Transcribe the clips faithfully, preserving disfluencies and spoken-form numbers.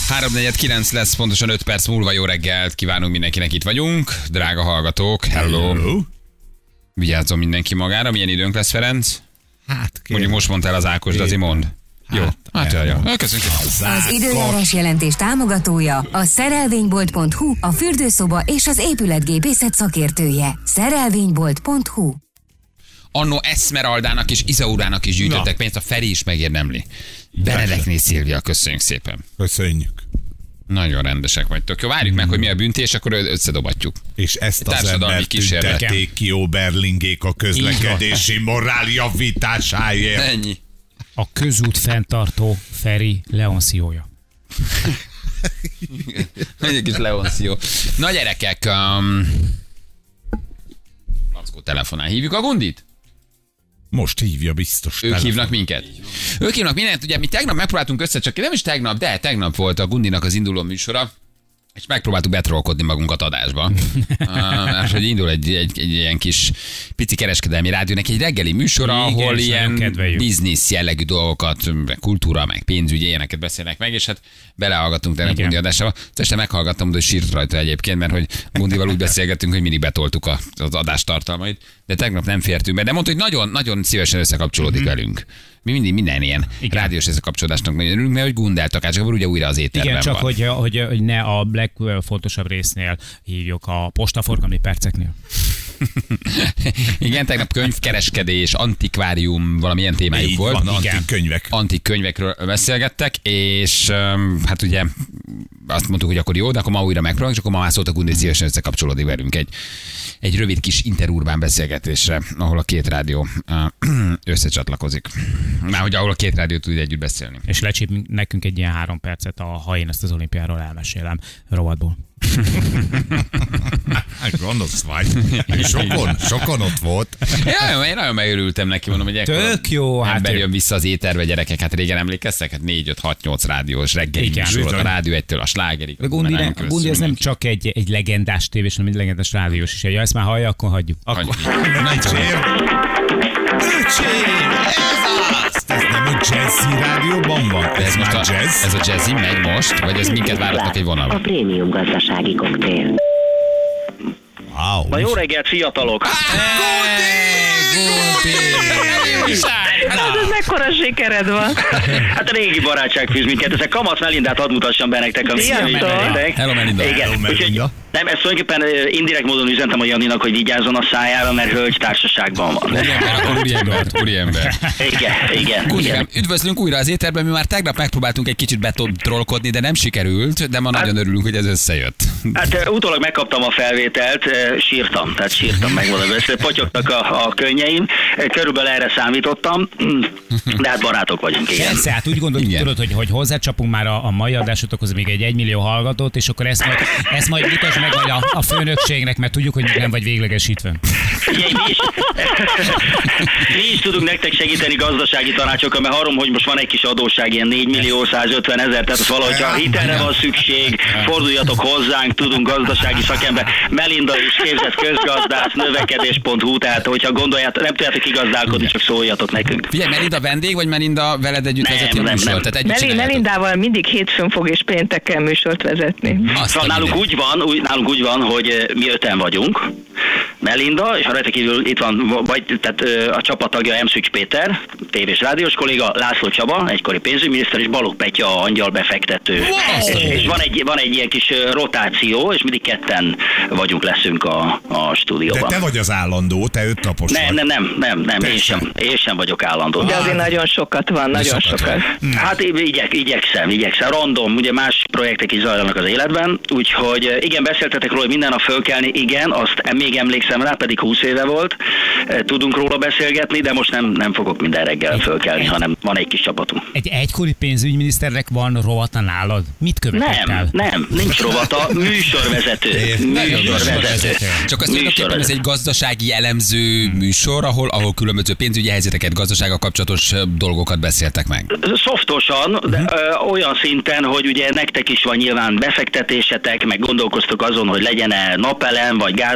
háromnegyed kilenc lesz, pontosan öt perc múlva. Jó reggelt kívánunk mindenkinek, itt vagyunk. Drága hallgatók, hello. hello. Vigyázzon mindenki magára. Milyen időnk lesz, Ferenc? Hát, kérlek. Mondjuk most mondtál az Ákos, de azért mond. Jó, hát, hát jó, jó. Köszönjük. Az időjárás jelentés támogatója a szerelvénybolt pont hu, a fürdőszoba és az épületgépészet szakértője. szerelvénybolt pont hu. Annó Eszmeraldának és Izaurának is gyűjtöttek pénzt, a Feri is megérdemli. Benedekné Szilvia, köszönjük szépen. Köszönjük. Nagyon rendesek vagytok. Jó, várjuk meg, hogy mi a büntés, akkor összedobatjuk. És ezt az embert tüntették ki Oberlingék a közlekedési morál javításáért. Ennyi. A közút fenntartó Feri Leonciója. Egy kis Leonció. Na gyerekek, um... Lackó telefonál. Hívjuk a Gundit? Most hívja biztos. Ők telefon. hívnak minket. Ők hívnak mindent. Ugye mi tegnap megpróbáltunk össze, csak nem is tegnap, de tegnap volt a Gundinak az induló műsora, és megpróbáltuk betrolkodni magunkat adásba. Mert hogy indul egy, egy, egy ilyen kis pici kereskedelmi rádiónak egy reggeli műsora, igen, ahol ilyen biznisz jellegű dolgokat, kultúra, meg pénzügyi ilyeneket beszélnek meg, és hát belehallgattunk tényleg Gundi adásába. Este meghallgattam, hogy sírt rajta egyébként, mert hogy Gundival úgy beszélgettünk, hogy mindig betoltuk a, az adás tartalmait, de tegnap nem fértünk be. De mondta, hogy nagyon, nagyon szívesen összekapcsolódik mm-hmm. velünk. Mi mindig minden ilyen igen. rádiós összekapcsolódásnak nagyon örülünk, mert hogy Gundel Takácskor ugye újra az éterben igen, csak van. hogy, hogy, hogy ne a legfontosabb résznél hívjuk a postaforgalmi perceknél. Igen, tegnap könyvkereskedés, antikvárium, valamilyen témájuk így volt. Van, antik könyvek. Antik könyvekről beszélgettek, és hát ugye azt mondtuk, hogy akkor jó, de akkor ma újra megpróbálunk, és akkor ma már szóltak Gundi, szívesen összekapcsolódik velünk egy, egy rövid kis interurbán beszélgetésre, ahol a két rádió összecsatlakozik. Már hogy ahol a két rádió tud együtt beszélni. És lecsíp nekünk egy ilyen három percet, a, ha én ezt az olimpiáról elmesélem rovatból. Gonosz vagy. Sokon, sokon ott volt. Ja, én nagyon megörültem neki, mondom, hogy ekkor tök jó, ember hát jön vissza az éterbe, gyerekek, hát régen emlékeztek, hát négy, öt, hat, nyolc rádiós reggeli műsorot, a rádió egytől a slágerig. A Gundi, ne, a Gundi ez nem csak egy, egy legendás tévés, hanem egy legendás rádiós is. Ha ezt már hallja, akkor hagyjuk. Akkor öcsém, öcsém, ez az! Ez nem a jazzy rádióban van? Ez, ez már most a, jazz? Ez a jazzy megy most, vagy ez minket váratnak egy vonalon? A prémium gazdasági koktél. Wow. Na jó reggelt, fiatalok! Hát ez mekkora sikered van? Hát a régi barátság fűz minket. Ezek Kamasz Melindát hadd mutassam be nektek, amit ismeritek. Hello Melinda. Igen. Hello, Melinda. Nem, ezt tulajdonképpen indirekt módon üzentem a Janinak, hogy vigyázzon a szájára, mert hölgy társaságban van. Úriember, úriember. Igen, igen, igen. Üdvözlünk újra az éterben, mi már tegnap megpróbáltunk egy kicsit betrollkodni, de nem sikerült, de ma nagyon örülünk, hogy ez összejött. Hát utólag megkaptam a felvételt, sírtam, tehát sírtam, megmondom, potyogtak a, a könnyeim, körülbelül erre számítottam, de hát barátok vagyunk, igen. Persze, hát úgy gondoljuk, tudod, hogy, hogy hozzácsapunk már a, a mai adásotokhoz még egy egymillió hallgatót, és akkor ezt majd, ezt majd mutasd meg vagy a, a főnökségnek, mert tudjuk, hogy nem vagy véglegesítve. Figyelj, mi is, mi is tudunk nektek segíteni gazdasági tanácsokkal, mert hallom, hogy most van egy kis adósság, ilyen négy millió százötven ezer, tehát valahogy ha hitelre van szükség, forduljatok hozzánk, tudunk gazdasági szakember. Melinda is képzett közgazdász, növekedés pont hu, tehát hogyha gondoljátok, nem tudjátok igazdálkodni, csak szóljatok nekünk. Figyelj, Melinda vendég, vagy Melinda veled együtt vezeti a műsort? Tehát együtt Meli, Melindával mindig hétfőn fog és pénteken műsort vezetni. Szóval nálunk úgy van, úgy, nálunk úgy van, hogy mi öten vagyunk. Melinda, és ha rajta kívül itt van, vagy, tehát a csapattagja Emszűcs Péter, tévés rádiós kolléga, László Csaba, egykori pénzügyminiszter, és Balogh Petya, angyal befektető. Wow. És, és van, egy, van egy ilyen kis rotáció, és mindig ketten vagyunk, leszünk a, a stúdióban. De te vagy az állandó, te öt napos nem, vagy. nem, nem, nem, nem, én sem, én sem vagyok állandó. De azért nagyon sokat van, nagyon sokat sokat. van. Hát igyek, igyekszem, igyekszem. Random, ugye más projektek is zajlanak az életben, úgyhogy igen, beszéltetek róla, hogy minden nap fölkelni, igen, azt még emlékszem rá, pedig húsz éve volt. Tudunk róla beszélgetni, de most nem, nem fogok minden reggel fölkelni, hanem van egy kis csapatunk. Egy egykori pénzügyminiszternek van rovata nálad? Mit követett Nem, el? nem, nincs rovata, műsorvezető. Műsorvezető. Csak azt mondom, ez egy gazdasági elemző műsor, ahol, ahol különböző pénzügyi helyzeteket, gazdasággal kapcsolatos dolgokat beszéltek meg. Szoftosan, de ö, olyan szinten, hogy ugye nektek is van nyilván befektetésetek, meg gondolkoztok azon, hogy legyen-e napelem, vagy gázzal fűt,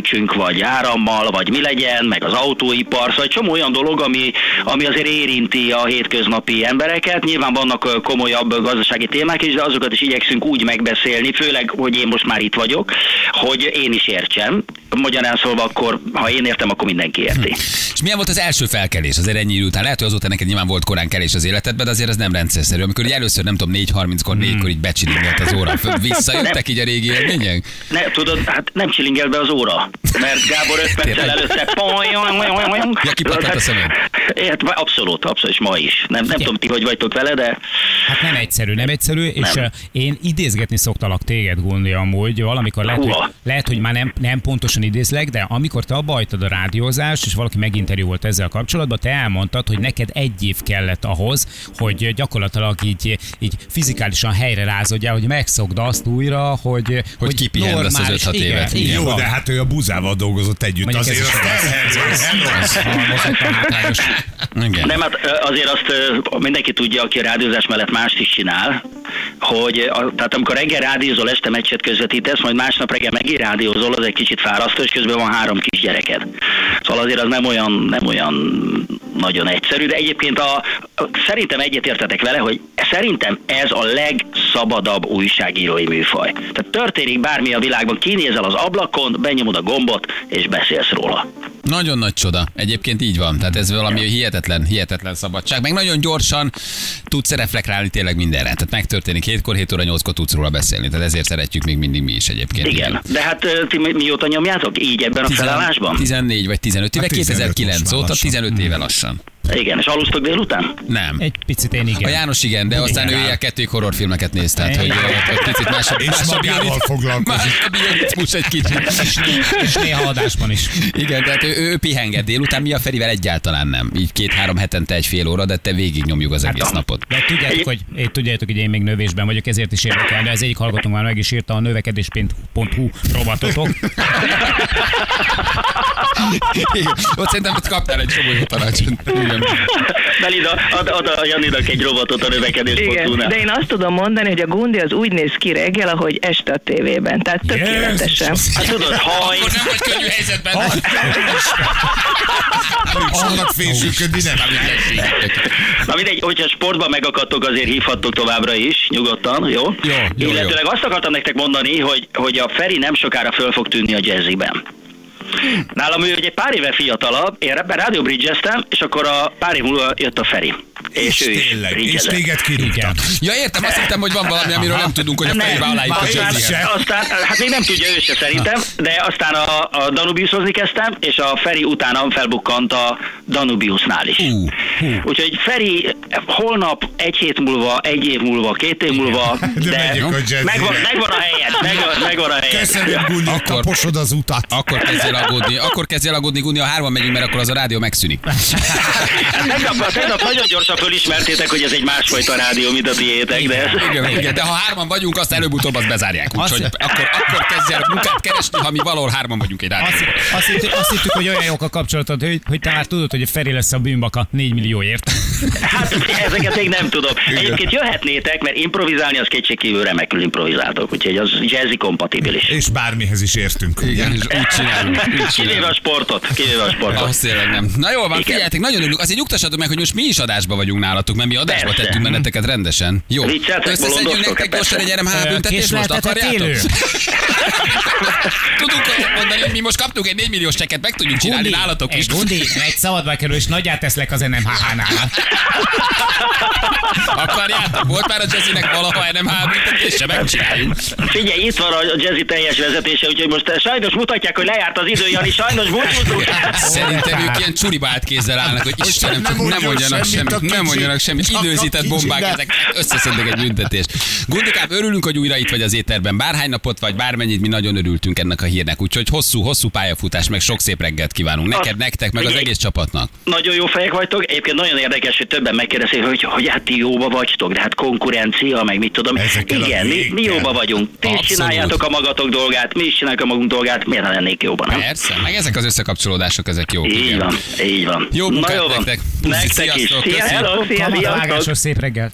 döntsünk, vagy árammal, vagy mi legyen, meg az autóipar, szóval egy csomó olyan dolog, ami, ami azért érinti a hétköznapi embereket. Nyilván vannak komolyabb gazdasági témák is, de azokat is igyekszünk úgy megbeszélni, főleg, hogy én most már itt vagyok, hogy én is értsem. Magyarán szólva, akkor, ha én értem, akkor mindenki érti. Hm. És milyen volt az első felkelés azért ennyi idő után? Lehet, hogy azóta neked nyilván volt korán kelés az életedben, de azért ez nem rendszerszerű. Amikor így először, nem tudom, négy harminckor, négykor így becsilingelt az óra. Visszajöttek így a régi élmények? Ne, tudod, hát nem csilingelt be az óra, mert Gábor öt perccel előtte... Ja, kipattant a szemed. Hát, abszolút, abszolút, és ma is. Nem, nem tudom, ti hogy vagytok vele, de... Hát nem egyszerű, nem egyszerű, és nem. Én idézgetni szoktalak téged, Gundi, amúgy valamikor lehet, hogy, lehet, hogy már nem, nem pontosan idézlek, de amikor te abba hagytad a rádiózást, és valaki meginterjú volt ezzel kapcsolatban, te elmondtad, hogy neked egy év kellett ahhoz, hogy gyakorlatilag így, így fizikálisan helyre rázodjál, hogy megszokd azt újra, hogy, hogy, hogy kipihend azt az öt-hat évet. Igen, jó, de hát ő a Buzával dolgozott együtt. Mondjuk azért nem, hát azért azt mindenki tudja, aki a rádiózás mellett mást is csinál, hogy a, tehát amikor reggel rádiózol, este meccset közvetítesz, majd másnap reggel megint rádiózol, az egy kicsit fárasztó, és közben van három kisgyereked. Szóval azért az nem olyan, nem olyan nagyon egyszerű, de egyébként a, a, szerintem egyetértetek vele, hogy szerintem ez a legszabadabb újságírói műfaj. Tehát történik bármi a világban, kinézel az ablakon, benyomod a gombot, és beszélsz róla. Nagyon nagy csoda. Egyébként így van. Tehát ez valami hihetetlen, hihetetlen szabadság. Meg nagyon gyorsan tudsz reflektálni tényleg mindenre. Tehát megtörténik hétkor, hét óra nyolckor tudsz róla beszélni. Tehát ezért szeretjük még mindig mi is egyébként. Igen. Igen. De hát ti mióta nyomjátok így ebben a felállásban? tizennégy vagy tizenöt éve, hát kétezer-kilenc óta, tizenöt éve lassan. Igen, és alusztok délután? Nem. Egy picit én igen. A János igen, de aztán igen. Ő ilyen kettőig horrorfilmeket néz, tehát hogy egy picit másabb. És magával foglalkozik. Másabb bioritmus egy kicsit. És néha adásban is. Igen, tehát ő, ő pihenget délután, mi a Ferivel egyáltalán nem. Így két-három hetente egy fél óra, de te végig nyomjuk az egész hát, napot. De tudjátok, hogy, tudjátok, hogy én még növésben vagyok, ezért is érdekel, de ez egyik hallgatónk már meg is írta a növekedés pont hu rovatotok. Ott szerintem ott kaptál egy csomó jó tanácsot. Belinda, ad, ad a Janinak egy rovatot a növekedés pont hu-nál. De én azt tudom mondani, hogy a Gundi az úgy néz ki reggel, ahogy este a tévében. Tehát tökéletesen. Yes. Hát tudod, haj... Akkor nem vagy könnyű helyzetben. Annak fésülködni nem. Na mindegy, hogyha sportban megakadtok, azért hívhattok továbbra is, nyugodtan, jó? Jó, jó, illetőleg jó. Azt akartam nektek mondani, hogy, hogy a Feri nem sokára föl fog tűnni a jazziben. Nálam ő egy pár éve fiatalabb, én rádió bridgeztem, és akkor a pár év múlva jött a Feri. És, és ő is tényleg, és téged kirúgtak. Ja, értem, azt hittem, hogy van valami, amiről nem tudunk, hogy a Feribe alájuk a aztán, aztán, hát még nem tudja ő se szerintem, de aztán a, a Danubiushozni kezdtem, és a Feri utána felbukkant a Danubiusnál is. Uh, uh. Úgyhogy Feri holnap, egy hét múlva, egy év múlva, két év múlva, de, de megvan, megvan a helyed, megvan, megvan a helyed. Köszönöm, Gundi, taposod az utat. Akkor kezdjél aggódni, akkor kezdjél aggódni, Gundi, ha hárman megyünk, mert akkor az a rádió megszűnik. Tegnap, tegnap nagyon gyorsan fölismertétek, hogy ez egy másfajta rádió, mint a tiétek, de ez... Igen, igen, de ha hárman vagyunk, azt előbb-utóbb azt bezárják. Úgyhogy akkor, akkor kezdj el munkát keresni, ha mi valahol hárman vagyunk egy rádió. Azt, azt, hittük, azt hittük, hogy olyan jók a kapcsolatod, hogy, hogy te már tudod, hogy a Feri lesz a bűnbaka négy millióért. Hát ezeket még nem tudom. Egyébként jöhetnétek, mert improvizálni az kétségkívül remekül improvizáltok, úgyhogy az jazzy kompatibilis. És bármihez is értünk. Igen, és úgy csinálunk. Kivéve a sportot. Kivéve a sportot. Azt tényleg nem. Na jól van, figyeljetek, nagyon örülünk. Azért nyugtassatok meg, hogy most mi is adásban vagyunk nálatok, mert mi adásba Persze. tettünk benneteket rendesen. Jó. Összeszedjünk nektek gyorsan egy er em há büntetést, most akarjátok? Tudunk mondani, hogy mi most kaptunk egy négy milliós csekket, meg tudjuk csinálni nálatok is. Gundi, egy szabadba kerül, és nagyját teszlek az en em há há-nál. Akarjátok? Volt már a Jazzynek valaha en em há büntetése, megcsináljuk. Figyelj, itt van a Jazzy teljes vezetése, úgyhogy most sajnos mutatják, hogy lejárt az idő, Jani, sajnos búcsúzunk. Szerintem ők ilyen csuribált kézzel állnak, hogy Istenem, nem, nem mondjanak semmit, nem mondjanak semmit, időzített bombák, ezek összeszednek egy büntetést. Gundikám, örülünk, hogy újra itt vagy az éterben, bárhány napot vagy, bármennyit, mi nagyon örültünk ennek a hírnek, úgyhogy hosszú, hosszú pályafutás, meg sok szép reggelt kívánunk neked, azt, nektek, meg az egész csapatnak. Nagyon jó fejek vagytok, egyébként nagyon érdekes, hogy többen megkérdezik, hogy, hogy hát ti jóba vagytok, de hát konkurencia, meg mit tudom. Ezekkel igen, mi, mi jóba vagyunk. Ti is csináljátok a magatok dolgát, mi is csináljuk a magunk dolgát, miért ne lennék jóban, nem? Persze, meg ezek az összekapcsolódások, ezek jók. Így igen. van, így van. Jó munkát nektek. Nektek is. Sziasztok, Sziasztok, sziasztok. Vágásos szép reggel.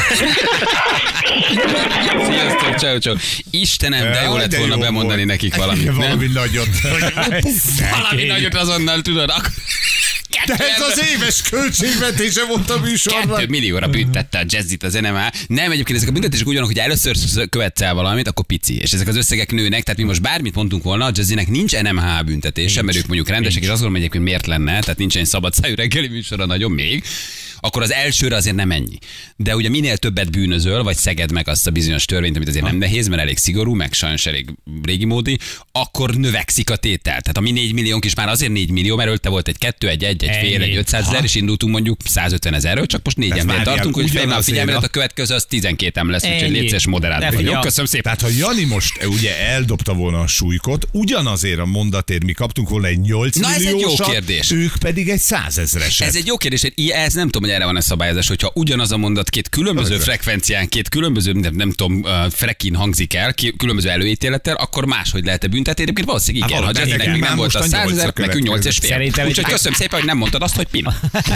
Sziasztok, ciao, ciao. Istenem, de jó lett volna bemondani nekik valamit. Valami nagyot. Valami nagyot azonnal tudod. De ez az éves költségvetése volt a műsorban. Kettő millióra büntette a Jazzit az en em há. Nem, egyébként ezek a büntetések ugyanak, hogy először követsz el valamit, akkor pici. És ezek az összegek nőnek, tehát mi most bármit mondtunk volna, a Jazzinek nincs en em há büntetése, mert ők mondjuk rendesek, és azt gondolom egyébként miért lenne, tehát nincs egy szabad szájú reggeli műsora nagyon még. Akkor az elsőre azért nem ennyi. De ugye minél többet bűnözöl, vagy szeged meg azt a bizonyos törvényt, amit azért nem nehéz, mert elég szigorú, meg sajnos elég régi módi, akkor növekszik a tétel. Tehát a mi négy milliónk is már azért négy millió, mert előtte volt egy kettő, egy egy, egy fél, egy ötszázezer, és indultunk mondjuk százötven ezerről, csak most négyen tartunk, hogy fejlően a figyelmet, a következő az tizenkettő lesz, úgyhogy légy szíves moderált vagy. Jó, köszönöm szépen. Tehát ha Jani most ugye eldobta volna a súlykot, ugyanazért a mondatért mi kaptunk volna egy nyolc milliósat, ők pedig egy százezreset. Ez egy jó kérdés, ez nem tudom, hogy erre van-e szabályozás, hogyha ugyanaz a mondat két különböző Ötre. frekvencián, két különböző, nem, nem tudom, uh, frekin hangzik el, ki, különböző előítélettel, akkor máshogy lehet-e büntetni. Egyébként valószínűleg igen, ha Jazzinek még nem volt a százezer, nekünk nyolc és fél. Úgyhogy köszönöm szépen, hogy nem mondtad azt, hogy pina.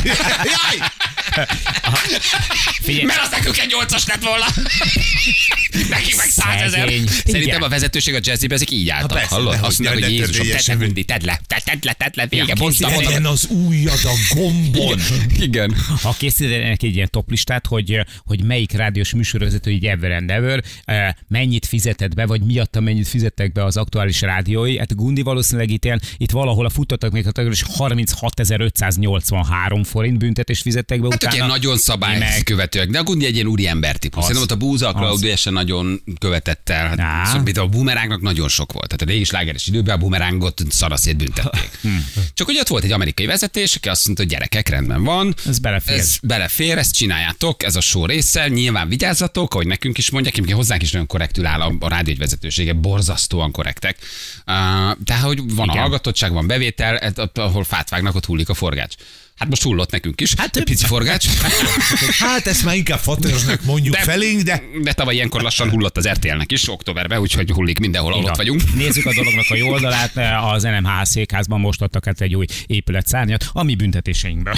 Mert az nekünk egy nyolcas lett volna. Nekik meg százezer. Szerintem a vezetőség a Jazzibe ezek így álltak. Hallod? Azt mondják, hogy Jézusom, tedd le, Gundi, tedd le, tedd le, tedd le, vége, mondtam. Legyen az ujjad a gombon. Igen. Ha készítenek egy ilyen toplistát, hogy, hogy melyik rádiós műsorvezető így ever and ever, mennyit fizetett be, vagy miatta mennyit fizettek be az aktuális rádiói, hát Gundi valószínűleg itt, ilyen, itt valahol a futottak még a harminchatezer-ötszáznyolcvanhárom forint büntetést fizettek be. Hát utána. Nagyon szabálykövetőek, de a Gundi egy ilyen úri ember típus. Szerintem ott a Búza Klaudiesen nagyon követett el. Hát, szóval a Boomerangnak nagyon sok volt. Tehát a régi slágeres időben a Boomerangot szaraszét büntették. Csak hogy ott volt egy amerikai vezetés, aki azt mondta, hogy gyerekek, rendben van. Ez belefér. Ez belefér, ezt csináljátok, ez a show része, nyilván vigyázzatok, ahogy nekünk is mondják, hogy hozzánk is nagyon korrektül áll a, a rádió vezetősége, borzasztóan korrektek. Uh, tehát, hogy van igen. A hallgatottság, van bevétel, ahol fát vágnak, ott hullik a forgács. Hát most hullott nekünk is, hát egy pici forgács. Hát ezt már inkább fatörzsnek mondjuk de, felénk, de... De tavaly ilyenkor lassan hullott az er té el-nek is, októberben, úgyhogy hullik mindenhol, ahol ott vagyunk. Nézzük a dolognak a jó oldalát, az en em há székházban most adtak át egy új épületszárnyat, ami büntetéseinkből.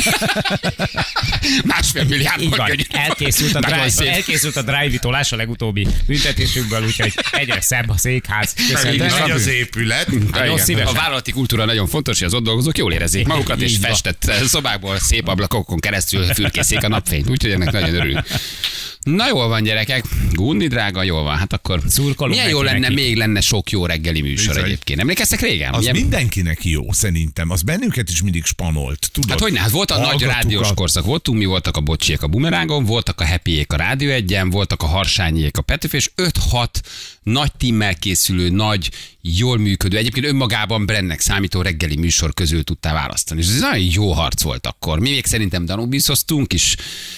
Másfél milliárd. Elkészült a, drive, elkészült a drive-vitolás a legutóbbi büntetésünkből, úgyhogy egyre szebb a székház. Nagy az épület. A vállalati kultúra nagyon fontos, hogy az ott dolgozók jól érezzék magukat, és festett szobákból szép ablakokon keresztül fürkészék a napfényt, úgyhogy ennek nagyon örülünk. Na jól van, gyerekek, Gundi drága, jól van, hát akkor szurkolunk. Milyen jó lenne, neki. Még lenne sok jó reggeli műsor bizony. Egyébként. Emlékeztek régen? Az Ilyen... mindenkinek jó, szerintem. Az bennünket is mindig spanolt. Tudod? Hát hogy ne, hát volt a nagy rádiós a... korszak, voltunk, mi voltak a Bocsiék a Boomerangon, voltak a Happyék a Rádió egyen, voltak a Harsányiék a Petőfi, és öt-hat nagy timmel készülő, nagy, jól működő, egyébként önmagában Brennek számító reggeli műsor közül tudtál választani. És ez nagyon jó harc volt akkor. Mi még szerintem Danubiszoztunk is,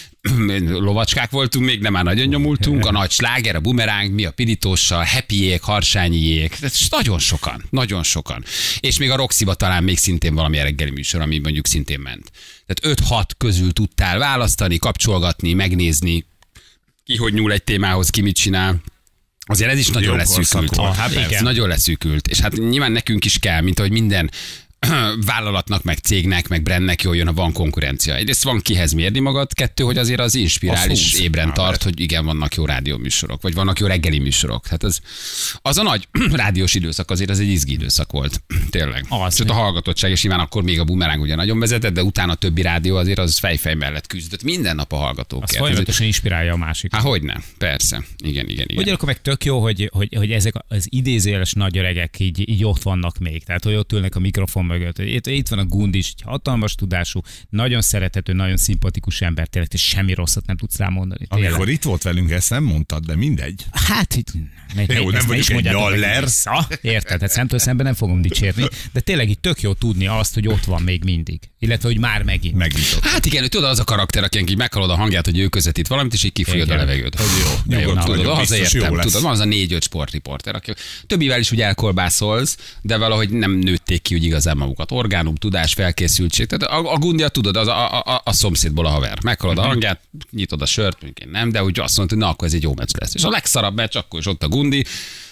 lovacskák voltunk még, de már nagyon nyomultunk, a nagy sláger, a Boomerang, mi a Pirítóssal, Happyék, Harsányiék, nagyon sokan, nagyon sokan. És még a Roxyba talán még szintén valami reggeli műsor, ami mondjuk szintén ment. Tehát öt-hat közül tudtál választani, kapcsolgatni, megnézni, ki hogy nyúl egy témához, ki mit csinál. Azért ez is nagyon leszűkült. Hát, ez nagyon leszűkült. És hát nyilván nekünk is kell, mint ahogy minden vállalatnak, meg cégnek, meg brandnek jól jön, ha van konkurencia. Egyrészt van kihez mérni magad, kettő, hogy azért az inspirál és ébren tart, hogy igen, vannak jó rádióműsorok, vagy vannak jó reggeli műsorok. Hát az, az a nagy rádiós időszak azért az egy izgi időszak volt. Tényleg. Az a hallgatottság, és nyilván akkor még a Boomerang ugye nagyon vezetett, de utána a többi rádió azért az fejfej mellett küzdött minden nap a hallgatókért. Az folyamatosan inspirálja a másik. Hát hogyne, persze. Igen, igen, igen. Ugyanakkor meg tök jó, hogy, hogy, hogy ezek az idézőjeles nagy öregek így, így ott vannak még. Tehát, hogy ott ülnek a mikrofon mögött. Itt, itt van a Gundi is, hatalmas tudású, nagyon szerethető, nagyon szimpatikus ember, tényleg, és semmi rosszat nem tudsz rámondani. Tényleg. Amikor itt volt velünk, ezt nem mondtad, de mindegy. Hát, meg, jó, nem vagyok egy nyaller. Érted, hát szemtől szemben nem fogom dicsérni, de tényleg itt tök jó tudni azt, hogy ott van még mindig. Illetve, hogy már megint. megint hát igen, hogy tudod, az a karakter, aki így meghallod a hangját, hogy ő közvetít valamit, és így kifújod a levegőt. Hogy jó, jó, na, tudod, hazaértem, tudod, van az a négy-öt sportriporter, aki többivel is úgy elkolbászolsz, de valahogy nem nőtték ki úgy igazán magukat. Orgánum, tudás, felkészültség. Tehát a, a Gundia, tudod, az a, a, a szomszédból a haver. Meghallod a hangját, nyitod a sört, én nem, de úgy azt mondod, hogy na, akkor ez egy jó meccs lesz. És a legszarabb meccs, akkor is ott a Gundi,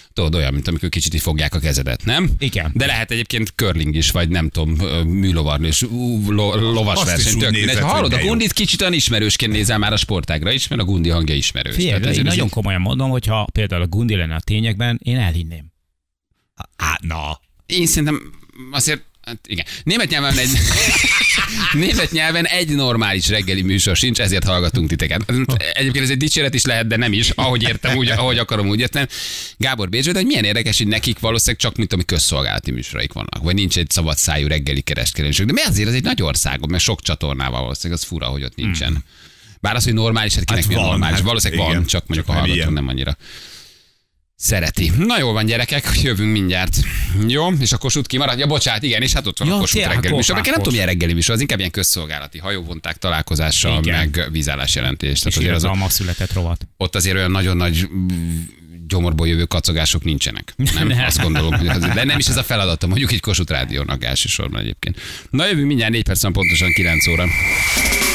Tudod, olyan, mint amikor kicsit így fogják a kezedet, nem? Igen. De lehet egyébként curling is, vagy nem tudom, műlovarni és lo, lovas verseny. Tök mindegy. Hallod, a Gundit kicsit olyan ismerősként nézel már a sportágra is, mert a Gundi hangja ismerős. Figyelj, én nagyon komolyan mondom, hogyha például a Gundi lenne a tényekben, én elhinném. Hát, na. Én szerintem azért, hát igen. Német nyelven egy, német nyelven egy normális reggeli műsor sincs, ezért hallgatunk titeket. Egyébként ez egy dicséret is lehet, de nem is, ahogy értem, úgy, ahogy akarom, úgy értem. Gábor Bézső, de hogy milyen érdekes, hogy nekik valószínűleg csak mint ami közszolgálati műsoraik vannak, vagy nincs egy szabad szájú reggeli kereskedelmésük. De mi azért, ez egy nagy ország, mert sok csatornával valószínűleg az fura, hogy ott nincsen. Hmm. Bár az, hogy normális, hát kinek hát mi a normális, hát valószínűleg igen, van, csak mondjuk csak a hallgatók nem annyira szereti. Na jól van, gyerekek, jövünk mindjárt. Jó, és a Kossuth kimarad. Ja, bocsánat, igen, és hát ott van ja, a Kossuth reggeli műsor. Én nem tudom, milyen reggeli műsor, az inkább ilyen közszolgálati hajóvonták találkozással, igen. meg vízállás jelentés. És azért az a született rovat. Ott azért olyan nagyon nagy gyomorból jövő kacogások nincsenek. Nem? Azt gondolom, hogy az, de nem is ez a feladata, mondjuk egy Kossuth Rádiónak elsősorban egyébként. Na jövünk mindjárt négy percen pontosan kilenc óra.